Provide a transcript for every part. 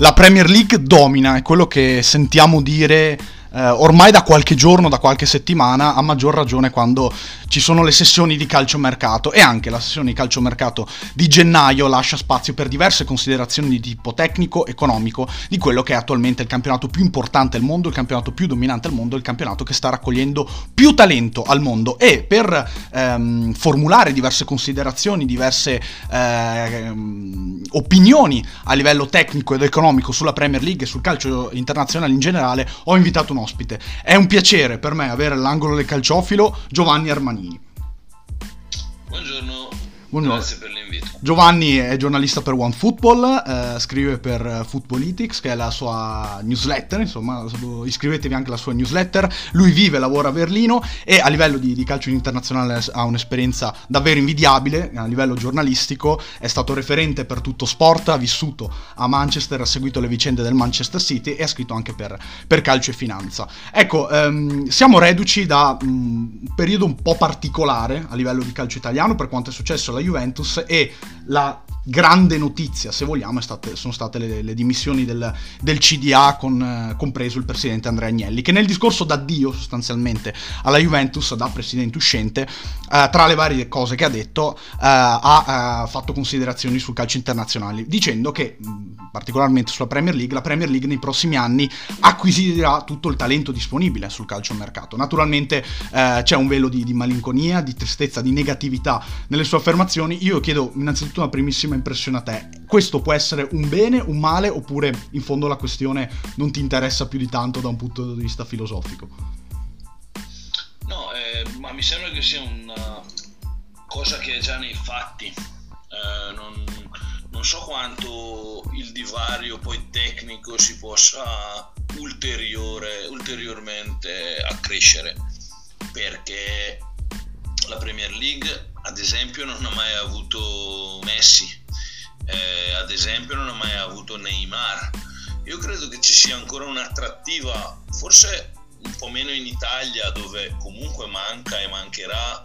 la Premier League domina, è quello che sentiamo dire ormai da qualche giorno, da qualche settimana, a maggior ragione quando ci sono le sessioni di calciomercato, e anche la sessione di calciomercato di gennaio lascia spazio per diverse considerazioni di tipo tecnico, economico, di quello che è attualmente il campionato più importante al mondo, il campionato più dominante al mondo, il campionato che sta raccogliendo più talento al mondo. E per formulare diverse considerazioni, diverse opinioni a livello tecnico ed economico sulla Premier League e sul calcio internazionale in generale, ho invitato un ospite. È un piacere per me avere all'angolo del calciofilo Giovanni Armanini. Buongiorno. Buongiorno. Grazie per l'invito. Giovanni è giornalista per OneFootball, scrive per Footballytics, che è la sua newsletter, insomma, iscrivetevi anche alla sua newsletter. Lui vive e lavora a Berlino e a livello di calcio internazionale ha un'esperienza davvero invidiabile. A livello giornalistico è stato referente per Tutto Sport, ha vissuto a Manchester, ha seguito le vicende del Manchester City e ha scritto anche per Calcio e Finanza. Ecco, siamo reduci da un periodo un po' particolare a livello di calcio italiano per quanto è successo alla Juventus, e la grande notizia, se vogliamo, sono state le dimissioni del CDA, compreso il presidente Andrea Agnelli, che nel discorso d'addio sostanzialmente alla Juventus, da presidente uscente, tra le varie cose che ha detto, ha fatto considerazioni sul calcio internazionale, dicendo che, particolarmente sulla Premier League, la Premier League nei prossimi anni acquisirà tutto il talento disponibile sul calciomercato. Naturalmente c'è un velo di malinconia, di tristezza, di negatività nelle sue affermazioni. Io chiedo innanzitutto una primissima impressione a te: questo può essere un bene, un male, oppure in fondo la questione non ti interessa più di tanto da un punto di vista filosofico? No, ma mi sembra che sia una cosa che è già nei fatti. Non so quanto il divario poi tecnico si possa ulteriormente accrescere, perché la Premier League, ad esempio, non ha mai avuto Messi, ad esempio non ha mai avuto Neymar. Io credo che ci sia ancora un'attrattiva, forse un po' meno in Italia, dove comunque manca e mancherà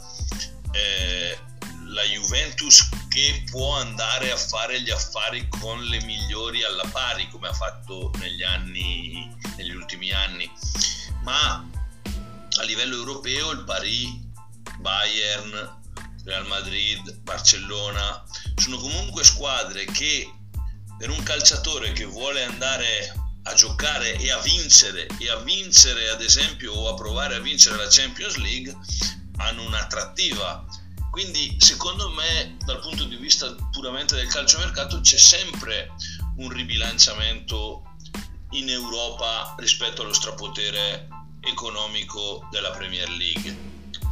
la Juventus, che può andare a fare gli affari con le migliori alla pari, come ha fatto negli ultimi anni. Ma a livello europeo il Paris, Bayern, Real Madrid, Barcellona sono comunque squadre che, per un calciatore che vuole andare a giocare e a vincere ad esempio, o a provare a vincere la Champions League, hanno un'attrattiva. Quindi secondo me, dal punto di vista puramente del calciomercato, c'è sempre un ribilanciamento in Europa rispetto allo strapotere economico della Premier League.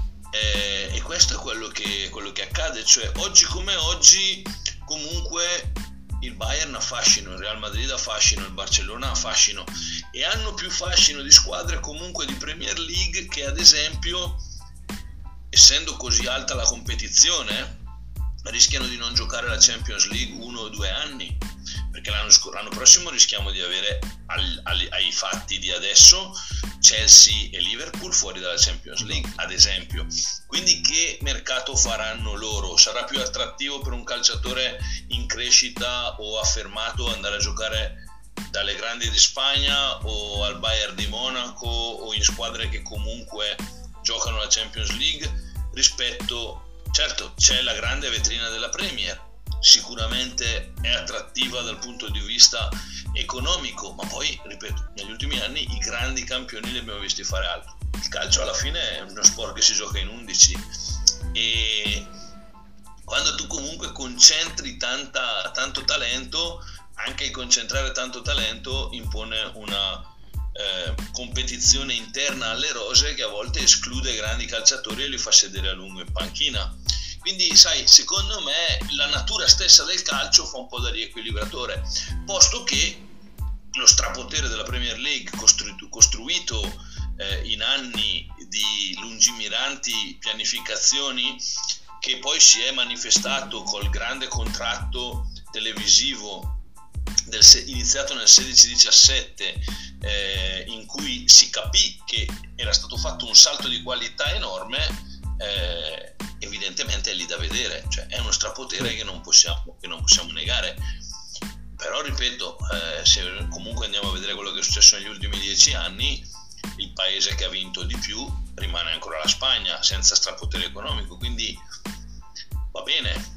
E questo è quello che accade, cioè oggi come oggi comunque il Bayern ha fascino, il Real Madrid ha fascino, il Barcellona ha fascino, e hanno più fascino di squadre comunque di Premier League che, ad esempio, essendo così alta la competizione, rischiano di non giocare la Champions League 1 o 2 anni, perché l'anno prossimo rischiamo di avere ai fatti di adesso Chelsea e Liverpool fuori dalla Champions League, ad esempio. Quindi che mercato faranno loro? Sarà più attrattivo per un calciatore in crescita o affermato andare a giocare dalle grandi di Spagna o al Bayern di Monaco o in squadre che comunque giocano la Champions League, rispetto, certo, c'è la grande vetrina della Premier, sicuramente è attrattiva dal punto di vista economico, ma poi, ripeto, negli ultimi anni i grandi campioni li abbiamo visti fare altro. Il calcio alla fine è uno sport che si gioca in 11, e quando tu comunque concentri tanto talento, anche il concentrare tanto talento impone una competizione interna alle rose, che a volte esclude grandi calciatori e li fa sedere a lungo in panchina. Quindi, sai, secondo me la natura stessa del calcio fa un po' da riequilibratore, posto che lo strapotere della Premier League, costruito in anni di lungimiranti pianificazioni, che poi si è manifestato col grande contratto televisivo iniziato nel 16-17, in cui si capì che era stato fatto un salto di qualità enorme, evidentemente è lì da vedere, cioè è uno strapotere che non possiamo negare. però ripeto, se comunque andiamo a vedere quello che è successo negli ultimi 10 anni, il paese che ha vinto di più rimane ancora la Spagna, senza strapotere economico, quindi va bene,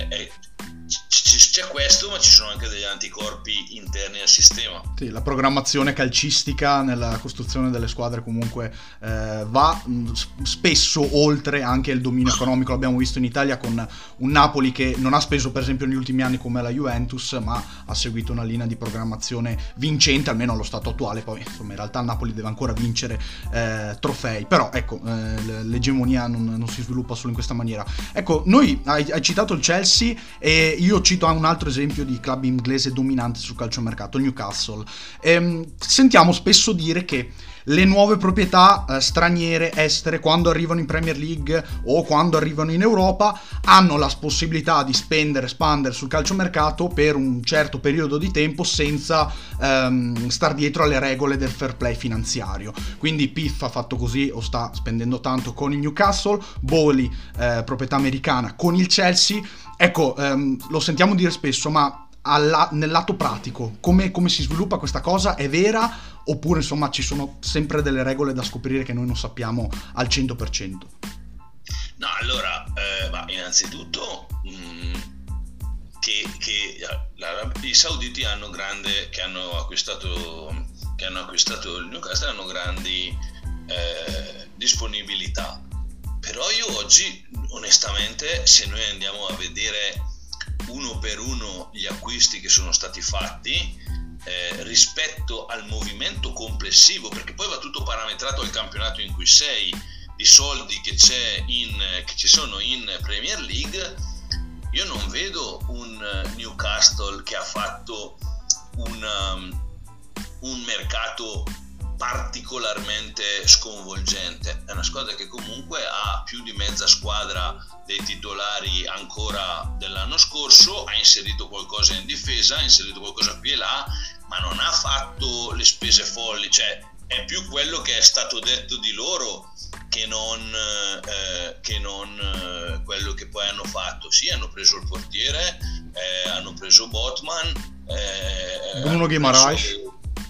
c'è questo, ma ci sono anche degli anticorpi interni al sistema. Sì, la programmazione calcistica nella costruzione delle squadre comunque va spesso oltre anche il dominio economico. L'abbiamo visto in Italia con un Napoli che non ha speso per esempio negli ultimi anni come la Juventus, ma ha seguito una linea di programmazione vincente, almeno allo stato attuale. Poi insomma in realtà il Napoli deve ancora vincere trofei, però ecco, l'egemonia non si sviluppa solo in questa maniera. Ecco, noi hai citato il Chelsea e io cito un altro esempio di club inglese dominante sul calciomercato, il Newcastle. Sentiamo spesso dire che le nuove proprietà straniere, estere, quando arrivano in Premier League o quando arrivano in Europa, hanno la possibilità di espandere sul calciomercato per un certo periodo di tempo senza star dietro alle regole del fair play finanziario. Quindi Piff ha fatto così o sta spendendo tanto con il Newcastle, Bowley, proprietà americana, con il Chelsea. Ecco, lo sentiamo dire spesso, ma nel lato pratico, come si sviluppa questa cosa? È vera? Oppure insomma ci sono sempre delle regole da scoprire che noi non sappiamo al 100%? No, allora, innanzitutto i sauditi che hanno acquistato il Newcastle hanno grandi disponibilità. Però io oggi, onestamente, se noi andiamo a vedere uno per uno gli acquisti che sono stati fatti rispetto al movimento complessivo, perché poi va tutto parametrato al campionato in cui sei, i soldi che ci sono in Premier League, io non vedo un Newcastle che ha fatto un mercato particolarmente sconvolgente. È una squadra che comunque ha più di mezza squadra dei titolari ancora dell'anno scorso, ha inserito qualcosa in difesa, ha inserito qualcosa qui e là, ma non ha fatto le spese folli, cioè è più quello che è stato detto di loro che non quello che poi hanno fatto. Sì, hanno preso il portiere, hanno preso Botman, Bruno Guimaraes,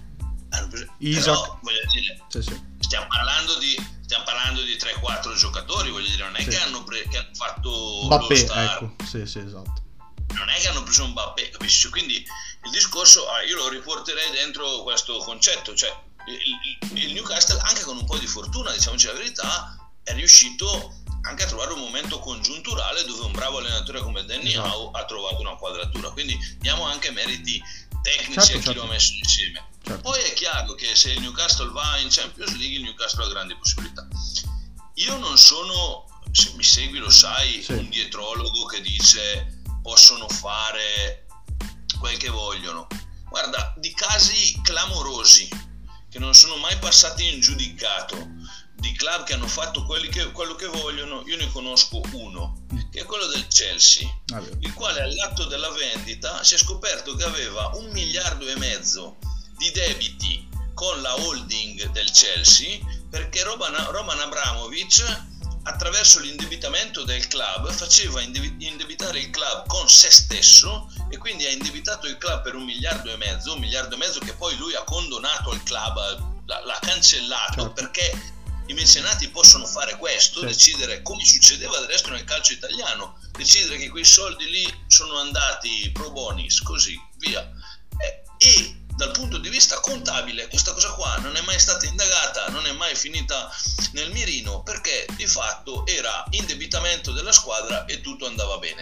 Isaac, però, voglio dire, sì. Stiamo parlando di 3-4 giocatori, voglio dire, non è che hanno fatto Mbappé, lo star. ecco, sì, esatto. Non è che hanno preso un Mbappé, capisci? Quindi il discorso, io lo riporterei dentro questo concetto, cioè il Newcastle, anche con un po' di fortuna, diciamoci la verità, è riuscito anche a trovare un momento congiunturale dove un bravo allenatore come Danny Howe ha trovato una quadratura. Quindi diamo anche meriti tecnici a chi lo ha messo insieme. Certo. Poi è chiaro che se il Newcastle va in Champions League, il Newcastle ha grandi possibilità. Io non sono, se mi segui lo sai, un dietrologo che dice possono fare quel che vogliono. Guarda, di casi clamorosi che non sono mai passati in giudicato, di club che hanno fatto quello che vogliono, io ne conosco uno, che è quello del Chelsea, il quale all'atto della vendita si è scoperto che aveva 1,5 miliardi di debiti con la holding del Chelsea, perché Roman Abramovich, attraverso l'indebitamento del club, faceva indebitare il club con se stesso, e quindi ha indebitato il club per 1,5 miliardi, che poi lui ha condonato al club, l'ha cancellato, certo. Perché i mecenati possono fare questo, certo. Decidere, come succedeva del resto nel calcio italiano, decidere che quei soldi lì sono andati pro bonis, così via. E dal punto di vista contabile questa cosa qua non è mai stata indagata, non è mai finita nel mirino, perché di fatto era indebitamento della squadra e tutto andava bene.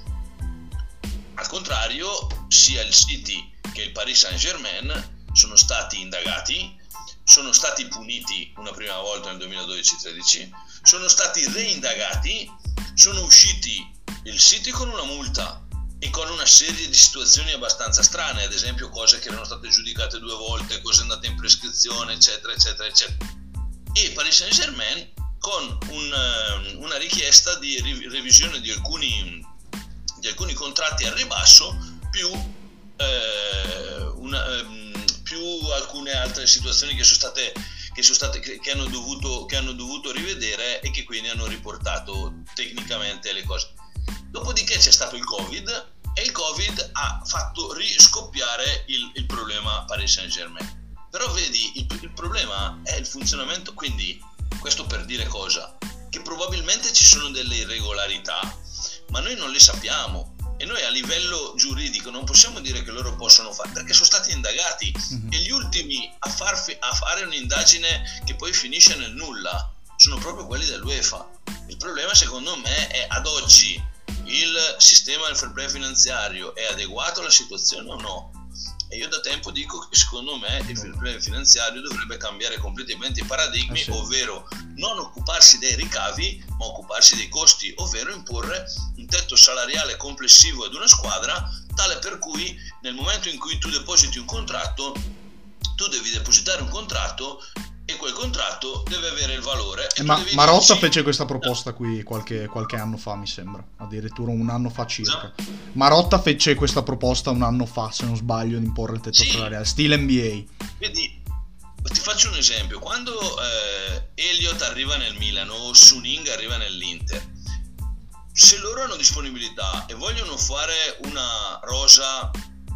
Al contrario, sia il City che il Paris Saint-Germain sono stati indagati, sono stati puniti una prima volta nel 2012-13, sono stati reindagati, sono usciti il City con una multa e con una serie di situazioni abbastanza strane, ad esempio cose che erano state giudicate 2 volte, cose andate in prescrizione, eccetera. E Paris Saint-Germain con una richiesta di revisione di alcuni contratti al ribasso, più alcune altre situazioni che hanno dovuto rivedere e che quindi hanno riportato tecnicamente le cose. Dopodiché c'è stato il Covid e il Covid ha fatto riscoppiare il problema Paris Saint-Germain. Però vedi, il problema è il funzionamento, quindi questo per dire cosa? Che probabilmente ci sono delle irregolarità, ma noi non le sappiamo. E noi a livello giuridico non possiamo dire che loro possono fare, perché sono stati indagati, e gli ultimi a fare un'indagine che poi finisce nel nulla sono proprio quelli dell'UEFA. Il problema secondo me è, ad oggi il sistema del fair play finanziario è adeguato alla situazione o no? E io da tempo dico che secondo me il fair play finanziario dovrebbe cambiare completamente i paradigmi, sì. Ovvero non occuparsi dei ricavi ma occuparsi dei costi, ovvero imporre un tetto salariale complessivo ad una squadra tale per cui nel momento in cui tu depositi un contratto, tu devi depositare un contratto e quel contratto deve avere il valore. Marotta fece questa proposta qui qualche anno fa, mi sembra, addirittura un anno fa circa. Marotta fece questa proposta un anno fa, se non sbaglio, di imporre il tetto salariale, stile NBA. Vedi, ti faccio un esempio: quando Elliott arriva nel Milan o Suning arriva nell'Inter, se loro hanno disponibilità e vogliono fare una rosa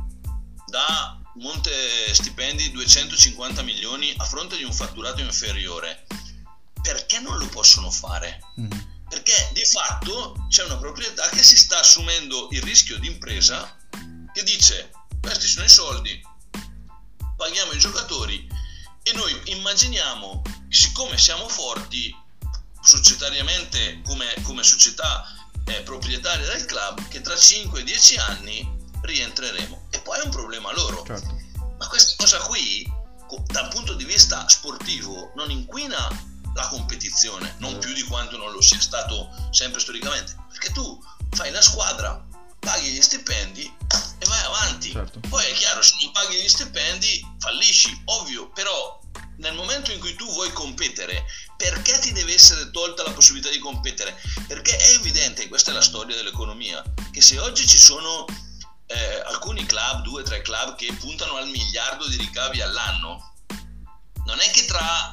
da monte stipendi 250 milioni a fronte di un fatturato inferiore, perché non lo possono fare? Perché di fatto c'è una proprietà che si sta assumendo il rischio di impresa, che dice: questi sono i soldi, paghiamo i giocatori, e noi immaginiamo, siccome siamo forti societariamente come società proprietaria del club, che tra 5-10 anni rientreremo. E poi è un problema loro. Certo. Ma questa cosa qui, dal punto di vista sportivo, non inquina la competizione, non più di quanto non lo sia stato sempre storicamente, perché tu fai la squadra, paghi gli stipendi e vai avanti. Certo. Poi è chiaro, se non paghi gli stipendi fallisci, ovvio, però nel momento in cui tu vuoi competere, perché ti deve essere tolta la possibilità di competere? Perché è evidente, questa è la storia dell'economia, che se oggi ci sono alcuni club, 2-3 club che puntano al miliardo di ricavi all'anno, non è che tra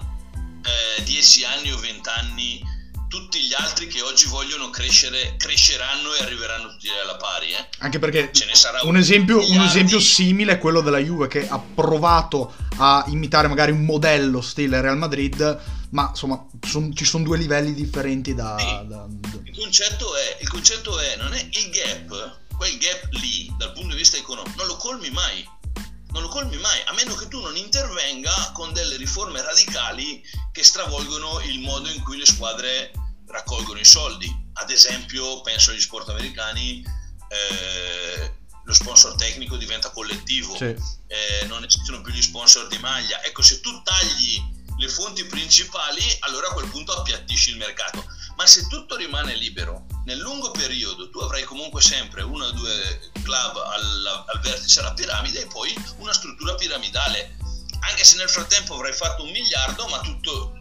10 anni o 20 anni tutti gli altri che oggi vogliono crescere cresceranno e arriveranno tutti alla pari, Anche perché ce ne sarà un esempio simile è quello della Juve, che ha provato a imitare magari un modello stile Real Madrid, ma insomma ci sono due livelli differenti Il concetto è non è il gap, quel gap lì dal punto di vista economico non lo colmi mai, a meno che tu non intervenga con delle riforme radicali che stravolgono il modo in cui le squadre raccolgono i soldi. Ad esempio, penso agli sport americani, lo sponsor tecnico diventa collettivo, sì. Non esistono più gli sponsor di maglia. Ecco, se tu tagli le fonti principali, allora a quel punto appiattisci il mercato. Ma se tutto rimane libero, nel lungo periodo tu avrai comunque sempre uno o due club al vertice della piramide e poi una struttura piramidale, anche se nel frattempo avrai fatto 1 miliardo, ma tutto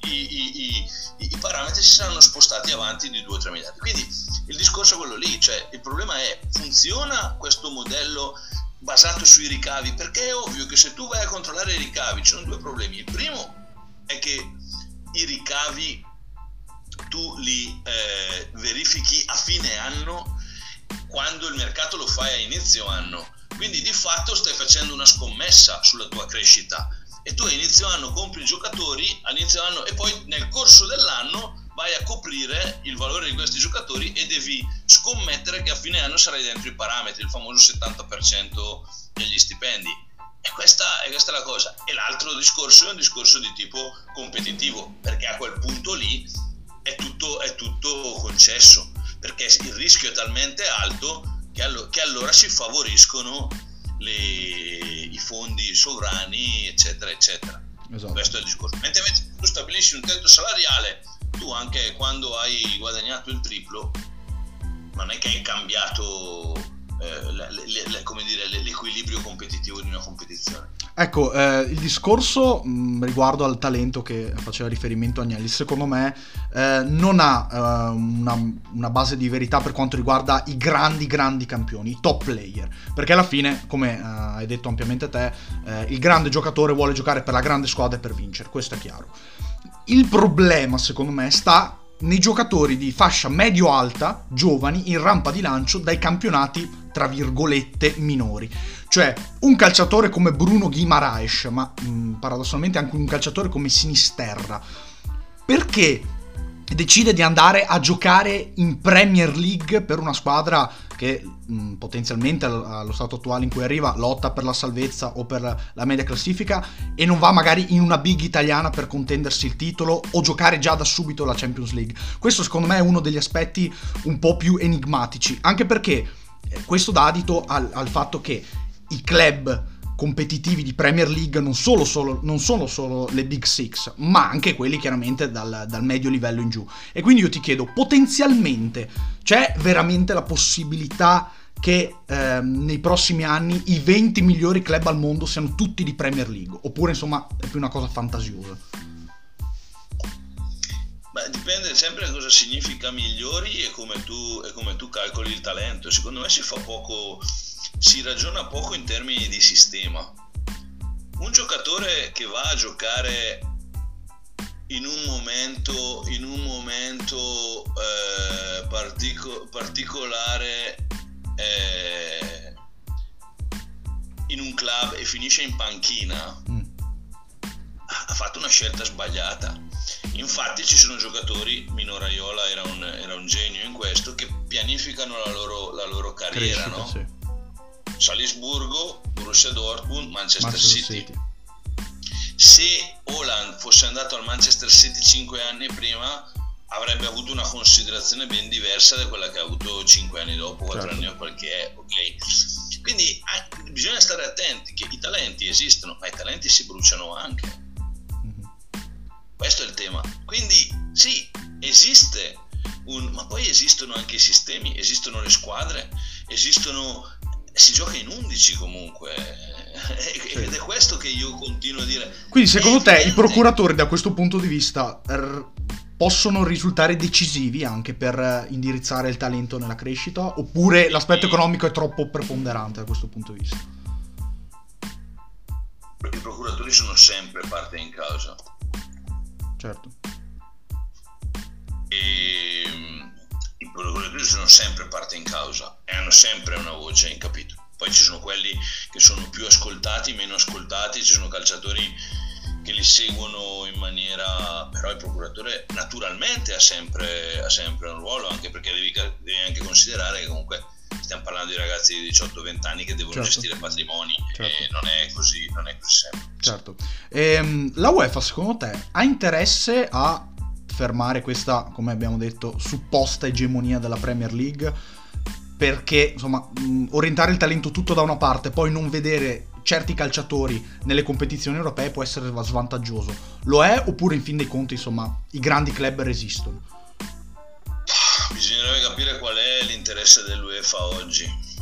i parametri si saranno spostati avanti di 2-3 miliardi. Quindi il discorso è quello lì, cioè il problema è: funziona questo modello basato sui ricavi? Perché è ovvio che se tu vai a controllare i ricavi ci sono due problemi. Il primo è che i ricavi tu li verifichi a fine anno, quando il mercato lo fai a inizio anno, quindi di fatto stai facendo una scommessa sulla tua crescita, e tu a inizio anno compri i giocatori a inizio anno e poi nel corso dell'anno vai a coprire il valore di questi giocatori e devi scommettere che a fine anno sarai dentro i parametri, il famoso 70% degli stipendi. E questa è la cosa. E l'altro discorso è un discorso di tipo competitivo, perché a quel punto lì è tutto concesso, perché il rischio è talmente alto che allora si favoriscono i fondi sovrani, eccetera eccetera. Esatto. Questo è il discorso. Mentre tu stabilisci un tetto salariale, tu anche quando hai guadagnato il triplo non è che hai cambiato l'equilibrio competitivo di una competizione. Ecco, il discorso riguardo al talento che faceva riferimento Agnelli, secondo me non ha una base di verità per quanto riguarda i grandi campioni, i top player, perché alla fine, come hai detto ampiamente te, il grande giocatore vuole giocare per la grande squadra e per vincere, questo è chiaro. Il problema, secondo me, sta nei giocatori di fascia medio-alta, giovani, in rampa di lancio dai campionati tra virgolette minori. Cioè un calciatore come Bruno Guimaraes, ma paradossalmente anche un calciatore come Sinisterra, perché decide di andare a giocare in Premier League per una squadra che potenzialmente allo stato attuale in cui arriva lotta per la salvezza o per la media classifica, e non va magari in una big italiana per contendersi il titolo o giocare già da subito la Champions League? Questo secondo me è uno degli aspetti un po' più enigmatici, anche perché questo dà adito al fatto che i club competitivi di Premier League non sono solo le Big Six, ma anche quelli chiaramente dal medio livello in giù. E quindi io ti chiedo, potenzialmente c'è veramente la possibilità che nei prossimi anni i 20 migliori club al mondo siano tutti di Premier League, oppure insomma è più una cosa fantasiosa? Beh, dipende sempre da cosa significa migliori e come tu calcoli il talento. Secondo me si ragiona poco in termini di sistema. Un giocatore che va a giocare in un momento particolare in un club e finisce in panchina ha fatto una scelta sbagliata. Infatti ci sono giocatori, Mino Raiola era un genio in questo, che pianificano la loro carriera, crescita, no? Sì. Salisburgo, Borussia Dortmund, Manchester City. Se Haaland fosse andato al Manchester City 5 anni prima, avrebbe avuto una considerazione ben diversa da quella che ha avuto 5 anni dopo, 4 anni dopo, perché è ok. Quindi bisogna stare attenti che i talenti esistono, ma i talenti si bruciano anche. Questo è il tema. Quindi sì, esiste ma poi esistono anche i sistemi, esistono le squadre, si gioca in 11 comunque, sì. Ed è questo che io continuo a dire. Quindi secondo te i procuratori da questo punto di vista possono risultare decisivi anche per indirizzare il talento nella crescita, oppure l'aspetto economico è troppo preponderante da questo punto di vista? Perché i procuratori sono sempre parte in causa. Certo. E i procuratori sono sempre parte in causa e hanno sempre una voce in capitolo. Poi ci sono quelli che sono più ascoltati, meno ascoltati, ci sono calciatori che li seguono in maniera, però il procuratore naturalmente ha sempre un ruolo, anche perché devi anche considerare che comunque stiamo parlando di ragazzi di 18-20 anni che devono gestire patrimoni, e non è così semplice. Certo. La UEFA secondo te ha interesse a fermare questa, come abbiamo detto, supposta egemonia della Premier League, perché insomma orientare il talento tutto da una parte, poi non vedere certi calciatori nelle competizioni europee può essere svantaggioso? Lo è, oppure in fin dei conti insomma i grandi club resistono? Bisognerebbe capire qual è l'interesse dell'UEFA oggi,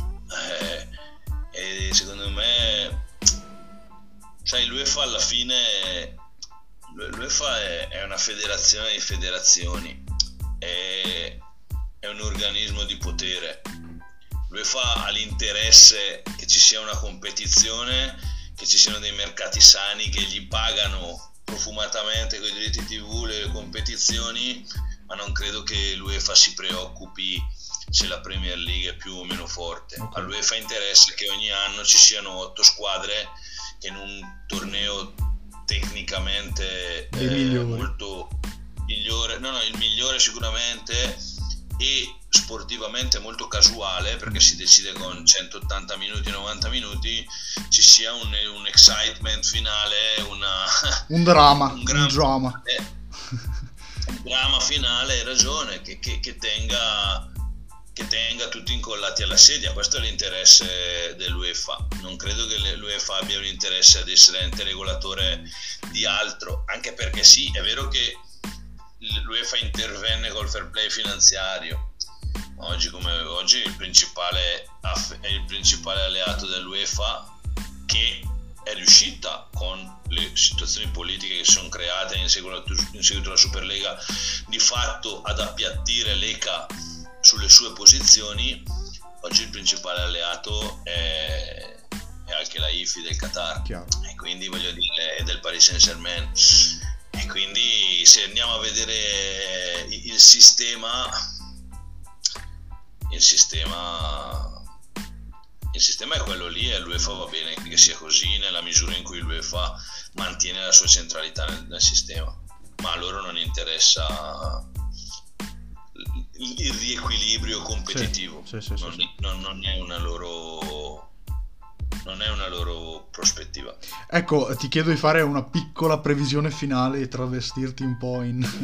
e secondo me, sai, l'UEFA alla fine, l'UEFA è una federazione di federazioni, è un organismo di potere. L'UEFA ha l'interesse che ci sia una competizione, che ci siano dei mercati sani che gli pagano profumatamente con i diritti TV le competizioni, ma non credo che l'UEFA si preoccupi se la Premier League è più o meno forte. Okay. All'UEFA interessa che ogni anno ci siano 8 squadre che in un torneo tecnicamente molto migliore, il migliore sicuramente, e sportivamente molto casuale, perché si decide con 180 minuti, 90 minuti, ci sia un excitement finale, un drama finale, hai ragione, che tenga tutti incollati alla sedia. Questo è l'interesse dell'UEFA. Non credo che l'UEFA abbia un interesse ad essere ente regolatore di altro, anche perché sì, è vero che l'UEFA intervenne col fair play finanziario. Oggi il principale alleato dell'UEFA, che è riuscita con le situazioni politiche che si sono create in seguito alla Superlega di fatto ad appiattire l'ECA sulle sue posizioni. Oggi il principale alleato è anche la IFI del Qatar. Chiaro. E quindi voglio dire, è del Paris Saint-Germain, e quindi se andiamo a vedere il sistema il sistema è quello lì e l'UEFA va bene che sia così nella misura in cui l'UEFA mantiene la sua centralità nel sistema, ma a loro non interessa il riequilibrio competitivo. Sì. Non è una loro prospettiva. Ecco, ti chiedo di fare una piccola previsione finale e travestirti un po'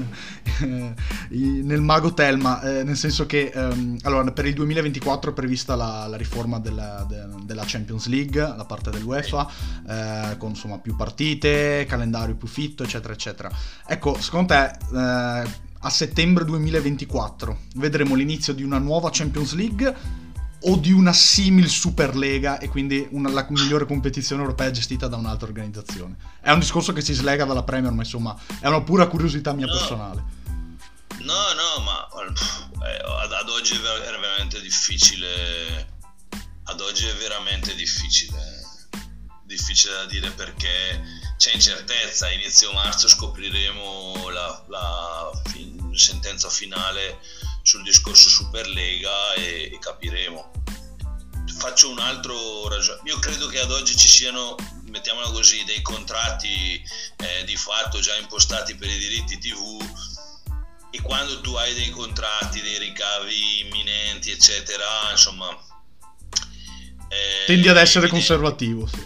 nel mago Telma, nel senso che allora, per il 2024 è prevista la riforma della Champions League da parte dell'UEFA, con insomma più partite, calendario più fitto, eccetera eccetera. Ecco, secondo te a settembre 2024 vedremo l'inizio di una nuova Champions League o di una simil Superlega, e quindi la migliore competizione europea gestita da un'altra organizzazione? È un discorso che si slega dalla Premier, ma insomma è una pura curiosità mia personale. No, ma ad oggi è veramente difficile. Ad oggi è veramente difficile da dire, perché c'è incertezza. A inizio marzo scopriremo la sentenza finale sul discorso Superlega e capiremo. Faccio un altro ragionamento. Io credo che ad oggi ci siano, mettiamola così, dei contratti di fatto già impostati per i diritti TV, e quando tu hai dei contratti, dei ricavi imminenti, eccetera, insomma, tendi ad essere conservativo, sì.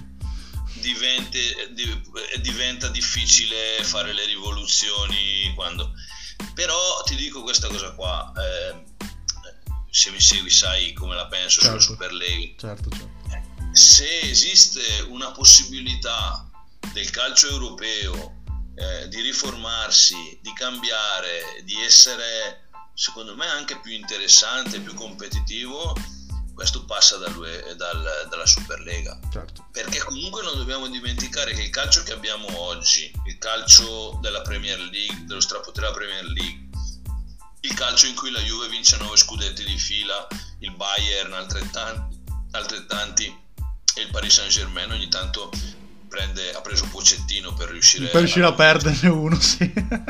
Diventa difficile fare le rivoluzioni quando... Però ti dico questa cosa qua, se mi segui sai come la penso, certo, sulla Superlega. Certo. Se esiste una possibilità del calcio europeo di riformarsi, di cambiare, di essere secondo me anche più interessante, più competitivo, questo passa dalla Superlega. Certo. Perché comunque non dobbiamo dimenticare che il calcio che abbiamo oggi, il calcio della Premier League, dello strapotere della Premier League, il calcio in cui la Juve vince 9 scudetti di fila, il Bayern altrettanti, e il Paris Saint-Germain ogni tanto ha preso Pochettino per riuscire a perderne uno, sì.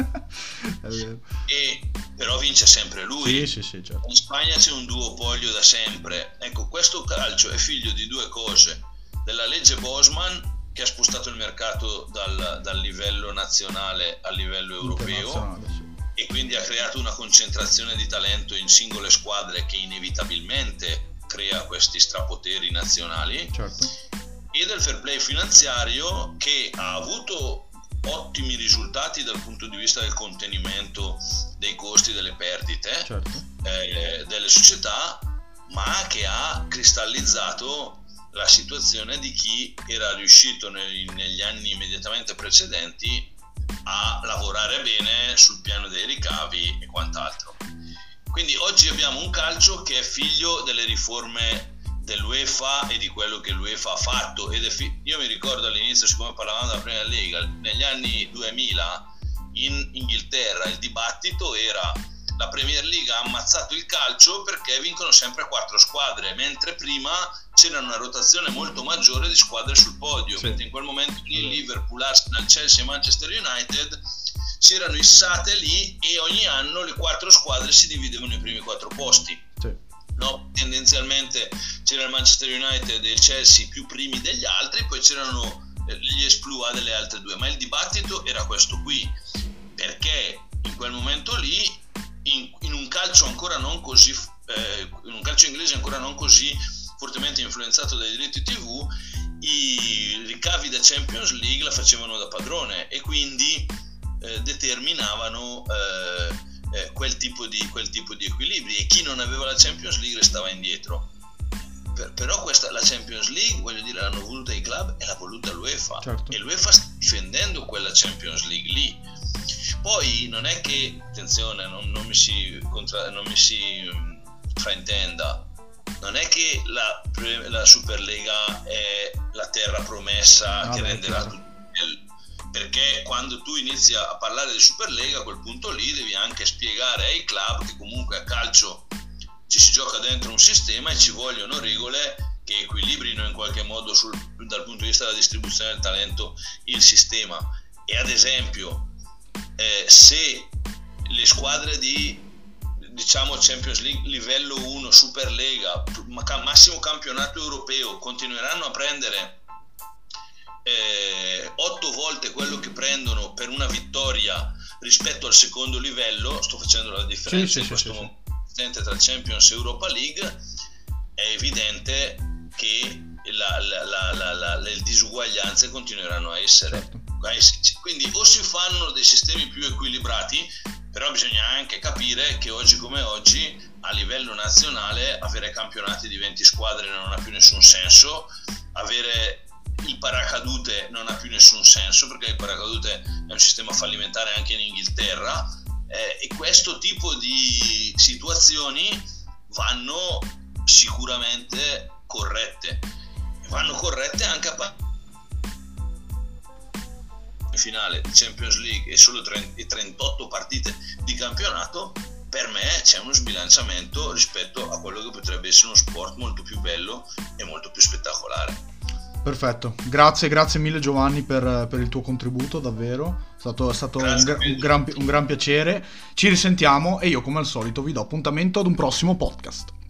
Però vince sempre lui. Sì, certo. In Spagna c'è un duopolio da sempre. Ecco, questo calcio è figlio di due cose: della legge Bosman, che ha spostato il mercato dal livello nazionale al livello europeo, sì, e quindi ha creato una concentrazione di talento in singole squadre che inevitabilmente crea questi strapoteri nazionali. Certo. E del fair play finanziario, che ha avuto ottimi risultati dal punto di vista del contenimento dei costi, delle perdite, certo, delle società, ma che ha cristallizzato la situazione di chi era riuscito negli anni immediatamente precedenti a lavorare bene sul piano dei ricavi e quant'altro. Quindi oggi abbiamo un calcio che è figlio delle riforme dell'UEFA e di quello che l'UEFA ha fatto, io mi ricordo all'inizio, siccome parlavamo della Premier League, negli anni 2000 in Inghilterra il dibattito era: la Premier League ha ammazzato il calcio perché vincono sempre 4 squadre, mentre prima c'era una rotazione molto maggiore di squadre sul podio, sì, mentre in quel momento il Liverpool, Arsenal, Chelsea e Manchester United si erano issate lì e ogni anno le 4 squadre si dividevano i primi 4 posti. Sì. No, tendenzialmente c'era il Manchester United e il Chelsea più primi degli altri, poi c'erano gli exploit delle altre due, ma il dibattito era questo qui, perché in quel momento lì, in un calcio ancora non così in un calcio inglese ancora non così fortemente influenzato dai diritti TV, i ricavi da Champions League la facevano da padrone e quindi determinavano quel tipo di equilibri, e chi non aveva la Champions League restava indietro. Però la Champions League, voglio dire, l'hanno voluta i club e l'ha voluta l'UEFA, certo, e l'UEFA sta difendendo quella Champions League lì. Poi non è che, attenzione, non mi si fraintenda, non è che la Superlega è la terra promessa che renderà tutto bello, perché quando tu inizi a parlare di Superlega, a quel punto lì devi anche spiegare ai club che comunque a calcio ci si gioca dentro un sistema e ci vogliono regole che equilibrino in qualche modo dal punto di vista della distribuzione del talento il sistema. E ad esempio se le squadre di diciamo Champions League livello 1, Superlega, massimo campionato europeo, continueranno a prendere 8 volte quello che prendono per una vittoria rispetto al secondo livello, sto facendo la differenza in questo momento tra Champions e Europa League, è evidente che le disuguaglianze continueranno a essere. Certo. Quindi o si fanno dei sistemi più equilibrati, però bisogna anche capire che oggi come oggi a livello nazionale avere campionati di 20 squadre non ha più nessun senso, avere il paracadute non ha più nessun senso, perché il paracadute è un sistema fallimentare anche in Inghilterra, e questo tipo di situazioni vanno sicuramente corrette anche a finale di Champions League e solo 38 partite di campionato. Per me c'è uno sbilanciamento rispetto a quello che potrebbe essere uno sport molto più bello e molto più spettacolare. Perfetto, grazie mille Giovanni per il tuo contributo, davvero, è stato un gran piacere. Ci risentiamo e io come al solito vi do appuntamento ad un prossimo podcast.